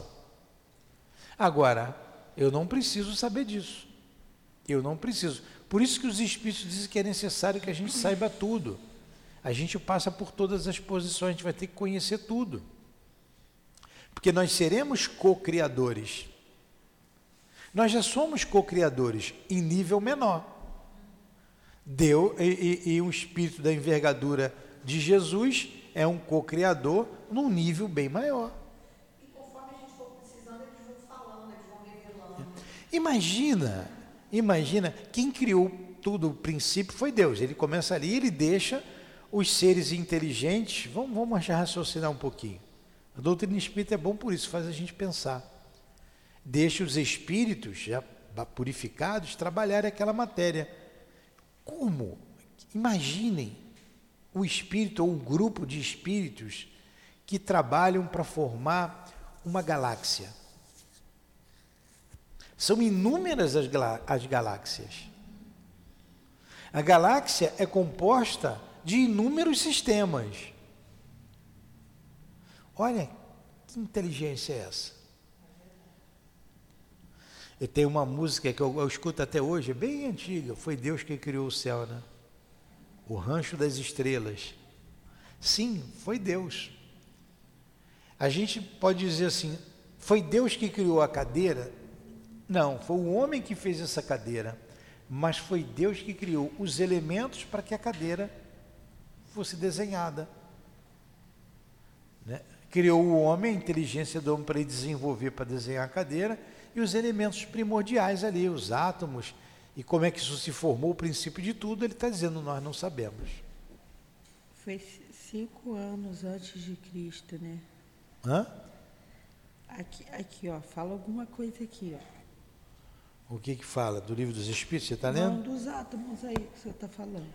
Agora, eu não preciso saber disso. Eu não preciso. Por isso que os espíritos dizem que é necessário que a gente saiba tudo. A gente passa por todas as posições, a gente vai ter que conhecer tudo. Porque nós seremos co-criadores. Nós já somos co-criadores em nível menor. Deus e um espírito da envergadura de Jesus é um co-criador num nível bem maior. Imagina, quem criou tudo, o princípio foi Deus. Ele começa ali, ele deixa os seres inteligentes, vamos raciocinar um pouquinho. A doutrina espírita é bom por isso, faz a gente pensar. Deixa os espíritos já purificados trabalharem aquela matéria. Como? Imaginem o espírito ou um grupo de espíritos que trabalham para formar uma galáxia. São inúmeras as galáxias. A galáxia é composta de inúmeros sistemas. Olha, que inteligência é essa? E tem uma música que eu escuto até hoje, é bem antiga, foi Deus que criou o céu, né? O Rancho das Estrelas. Sim, foi Deus. A gente pode dizer assim, foi Deus que criou a cadeira? Não, foi o homem que fez essa cadeira, mas foi Deus que criou os elementos para que a cadeira fosse desenhada, né? Criou o homem, a inteligência do homem para ele desenvolver, para desenhar a cadeira, e os elementos primordiais ali, os átomos, e como é que isso se formou, o princípio de tudo, ele está dizendo, nós não sabemos. Foi 5 anos antes de Cristo, né? Hã? Aqui, ó, fala alguma coisa aqui, ó. O que fala? Do Livro dos Espíritos, você está lendo? Não, dos átomos aí que você está falando.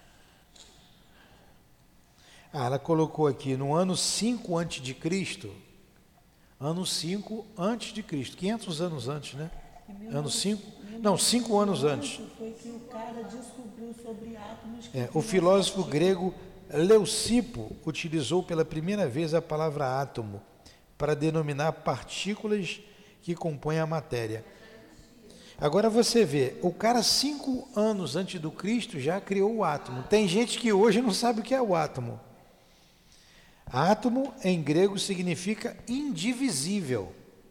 Ela colocou aqui, no ano 5 antes de Cristo, ano 5 antes de Cristo, 500 anos antes, né? Ano 5? Não, 5 anos antes. Foi que o cara descobriu sobre átomos. O filósofo grego Leucipo utilizou pela primeira vez a palavra átomo para denominar partículas que compõem a matéria. Agora você vê, o cara 5 anos antes do Cristo já criou o átomo. Tem gente que hoje não sabe o que é o átomo. Átomo em grego significa indivisível.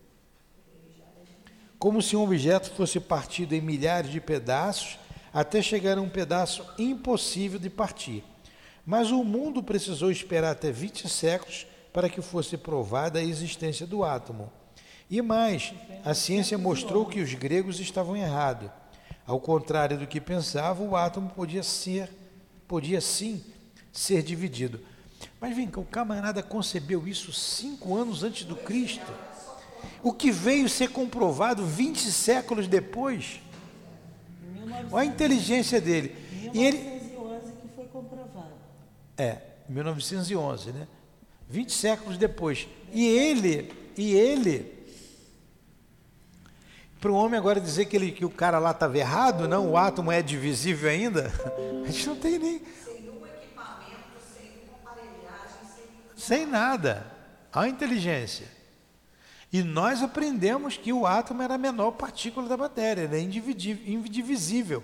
Como se um objeto fosse partido em milhares de pedaços até chegar a um pedaço impossível de partir. Mas o mundo precisou esperar até 20 séculos para que fosse provada a existência do átomo. E mais, a ciência mostrou que os gregos estavam errados. Ao contrário do que pensavam, o átomo podia sim ser dividido. Mas vem cá, o camarada concebeu isso 5 anos antes do Cristo. O que veio ser comprovado 20 séculos depois. Olha a inteligência dele. Em 1911 que foi comprovado. 1911, né? 20 séculos depois. E ele, para o homem agora dizer que o cara lá estava errado, não, o átomo é divisível ainda, a gente não tem nem... Sem um equipamento, sem uma aparelhagem, sem nada. A inteligência. E nós aprendemos que o átomo era a menor partícula da matéria, ele é indivisível.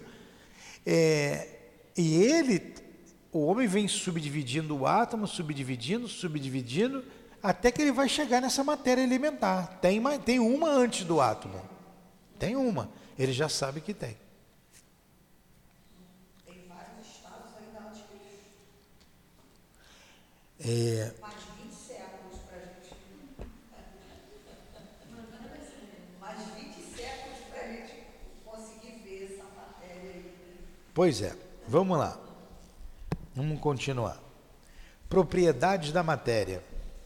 O homem vem subdividindo o átomo, subdividindo, até que ele vai chegar nessa matéria elementar. Tem uma antes do átomo. Tem uma. Ele já sabe que tem. Tem vários estados ainda antes de mais de 20 séculos para a gente. Mais de 20 séculos para a gente conseguir ver essa matéria aí. Pois é. Vamos lá. Vamos continuar. Propriedades da matéria.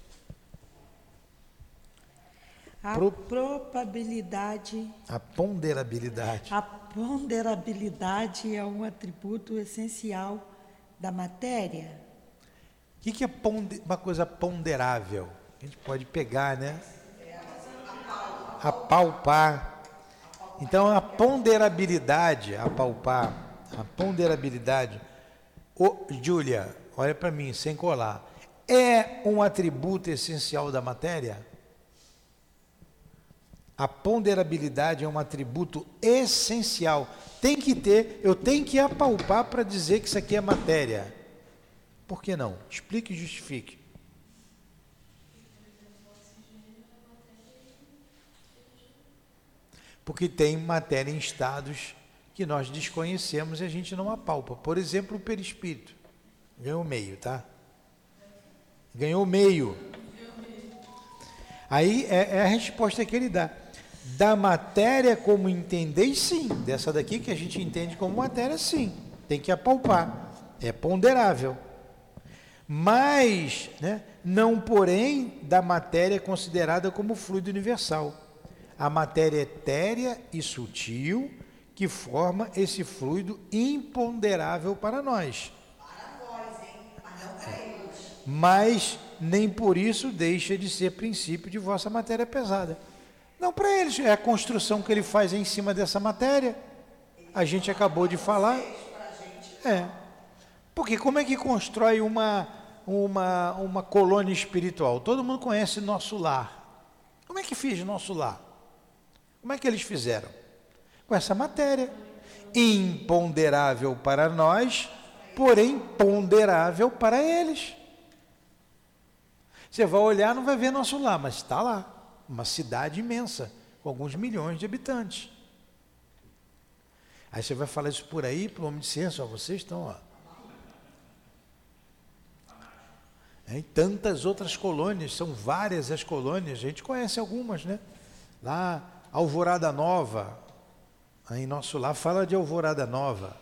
A probabilidade. A ponderabilidade. A ponderabilidade é um atributo essencial da matéria. O que é uma coisa ponderável? A gente pode pegar, né? Apalpar. Então, a ponderabilidade, apalpar, a ponderabilidade. Júlia, olha para mim, sem colar. É um atributo essencial da matéria? A ponderabilidade é um atributo essencial. Tem que ter, eu tenho que apalpar para dizer que isso aqui é matéria. Por que não? Explique e justifique. Porque tem matéria em estados que nós desconhecemos e a gente não apalpa. Por exemplo, o perispírito. Ganhou meio, tá? Ganhou meio. Aí é a resposta que ele dá. Da matéria como entendeis, sim. Dessa daqui que a gente entende como matéria, sim. Tem que apalpar. É ponderável. Mas, né, não porém da matéria considerada como fluido universal. A matéria etérea e sutil que forma esse fluido imponderável para nós. Para nós, hein? Mas não para eles. Mas nem por isso deixa de ser princípio de vossa matéria pesada. Não para eles, é a construção que ele faz em cima dessa matéria. A gente acabou de falar. É. Porque como é que constrói uma colônia espiritual? Todo mundo conhece nosso lar. Como é que fiz nosso lar? Como é que eles fizeram? Com essa matéria. Imponderável para nós, porém ponderável para eles. Você vai olhar, não vai ver nosso lar, mas está lá. Uma cidade imensa, com alguns milhões de habitantes. Aí você vai falar isso por aí, para o homem de ciência, ó, vocês estão, ó. E tantas outras colônias, são várias as colônias, a gente conhece algumas, né? Lá, Alvorada Nova, aí nosso lar fala de Alvorada Nova.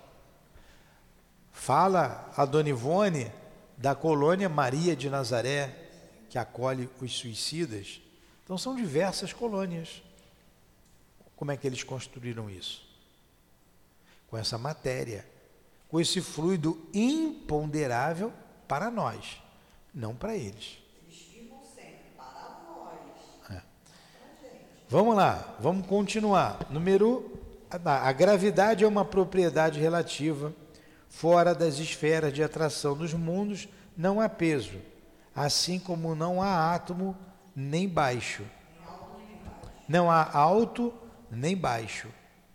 Fala a Dona Ivone da colônia Maria de Nazaré, que acolhe os suicidas. Então são diversas colônias. Como é que eles construíram isso? Com essa matéria, com esse fluido imponderável para nós, não para eles. Eles firmam sempre para nós. Vamos lá, vamos continuar. A gravidade é uma propriedade relativa, fora das esferas de atração dos mundos, não há peso, assim como não há átomo nem baixo. Não há alto nem baixo.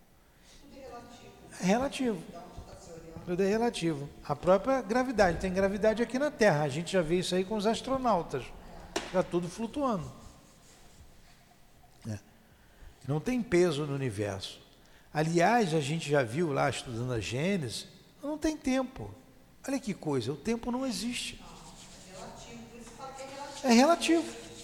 É relativo. Tudo é relativo. A própria gravidade. Tem gravidade aqui na Terra. A gente já vê isso aí com os astronautas. Está tudo flutuando. Não tem peso no universo. Aliás, a gente já viu lá, estudando a Gênesis, não tem tempo. Olha que coisa, o tempo não existe. É relativo.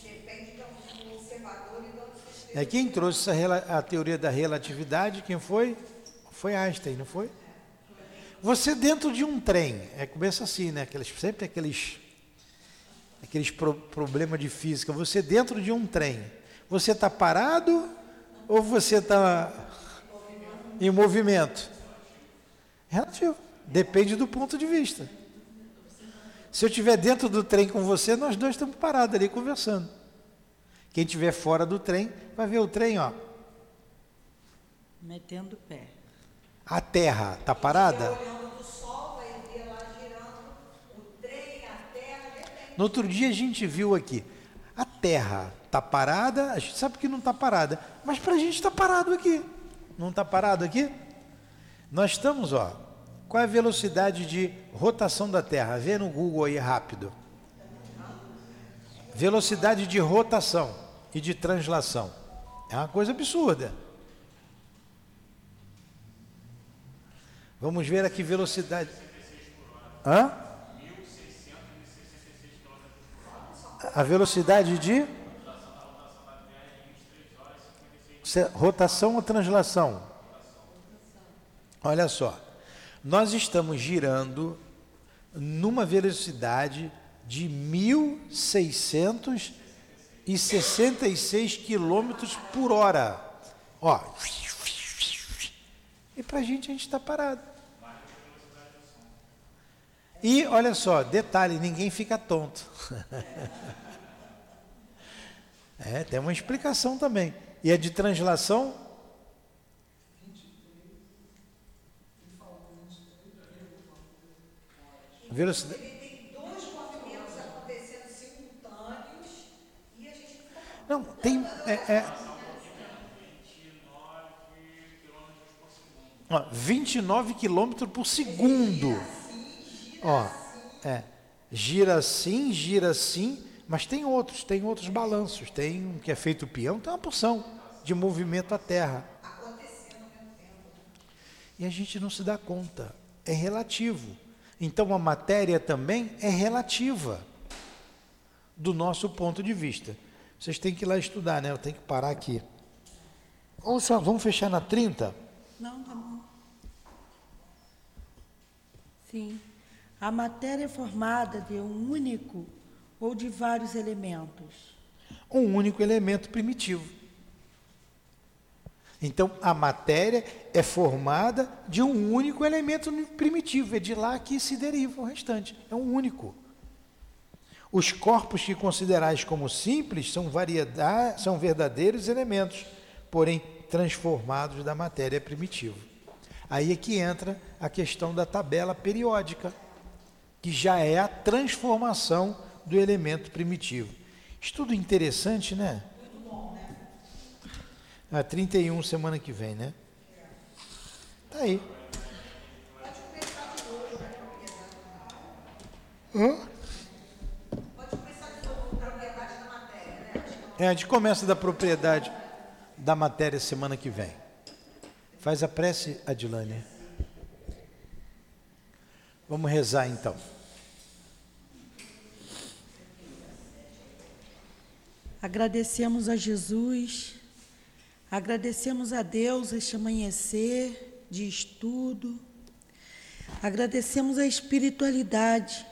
Quem trouxe a teoria da relatividade, quem foi? Foi Einstein, não foi? Você dentro de um trem, começa assim, né? Sempre aqueles problemas de física. Você dentro de um trem, você está parado ou você está em movimento? Relativo. Depende do ponto de vista. Se eu estiver dentro do trem com você, nós dois estamos parados ali conversando. Quem estiver fora do trem, vai ver o trem, ó. Metendo o pé. A Terra está parada? Olhando do sol, vai ver lá girando o trem, a terra, depende. No outro dia a gente viu aqui. A Terra está parada, a gente sabe que não está parada, mas para a gente está parado aqui. Não está parado aqui? Nós estamos, ó. Qual é a velocidade de rotação da Terra? Vê no Google aí rápido. Velocidade de rotação e de translação. É uma coisa absurda. Vamos ver aqui velocidade. Hã? A velocidade de rotação ou translação? Olha só. Nós estamos girando numa velocidade de 1.666 quilômetros por hora. Ó. E para a gente está parado. E olha só, detalhe, ninguém fica tonto. Tem uma explicação também. E a de translação? Velocidade. Tem dois movimentos acontecendo simultâneos e a gente Não, tem. 29 quilômetros por segundo. Gira assim, mas tem outros balanços. Tem um que é feito peão, tem uma porção de movimento à Terra. acontecendo ao mesmo tempo. E a gente não se dá conta. É relativo. Então a matéria também é relativa do nosso ponto de vista. Vocês têm que ir lá estudar, né? Eu tenho que parar aqui. Ou só, vamos fechar na 30? Não, tá bom. Sim. A matéria é formada de um único ou de vários elementos? Um único elemento primitivo. Então, a matéria é formada de um único elemento primitivo. É de lá que se deriva o restante. É um único. Os corpos que considerais como simples são verdadeiros elementos, porém transformados da matéria primitiva. Aí é que entra a questão da tabela periódica, que já é a transformação do elemento primitivo. Estudo interessante, né? Muito bom, né? A 31 semana que vem, né? Tá aí. Pode começar de novo, né, propriedade. Hã? Pode começar de novo com propriedade da matéria, né? A gente começa da propriedade da matéria semana que vem. Faz a prece, Adilane. Vamos rezar então. Agradecemos a Jesus, agradecemos a Deus este amanhecer de estudo, agradecemos a espiritualidade,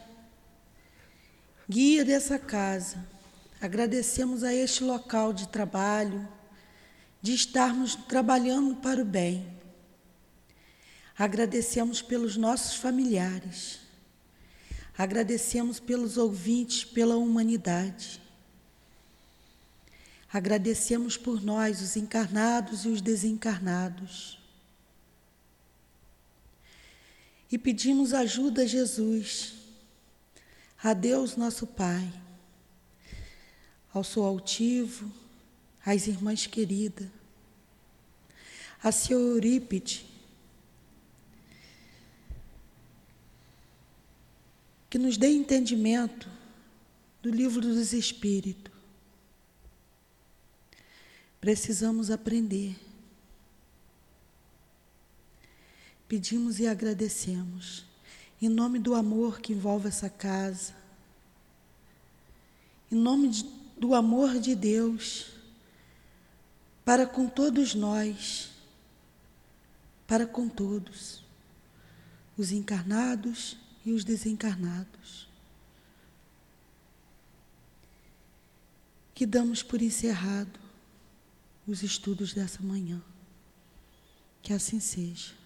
guia dessa casa, agradecemos a este local de trabalho, de estarmos trabalhando para o bem. Agradecemos pelos nossos familiares, agradecemos pelos ouvintes, pela humanidade. Agradecemos por nós, os encarnados e os desencarnados. E pedimos ajuda a Jesus, a Deus nosso Pai, ao Sou Altivo, às irmãs queridas, a Senhor Eurípide, que nos dê entendimento do Livro dos Espíritos. Precisamos aprender. Pedimos e agradecemos, em nome do amor que envolve essa casa, em nome do amor de Deus, para com todos nós, para com todos, os encarnados e os desencarnados. Que damos por encerrado os estudos dessa manhã. Que assim seja.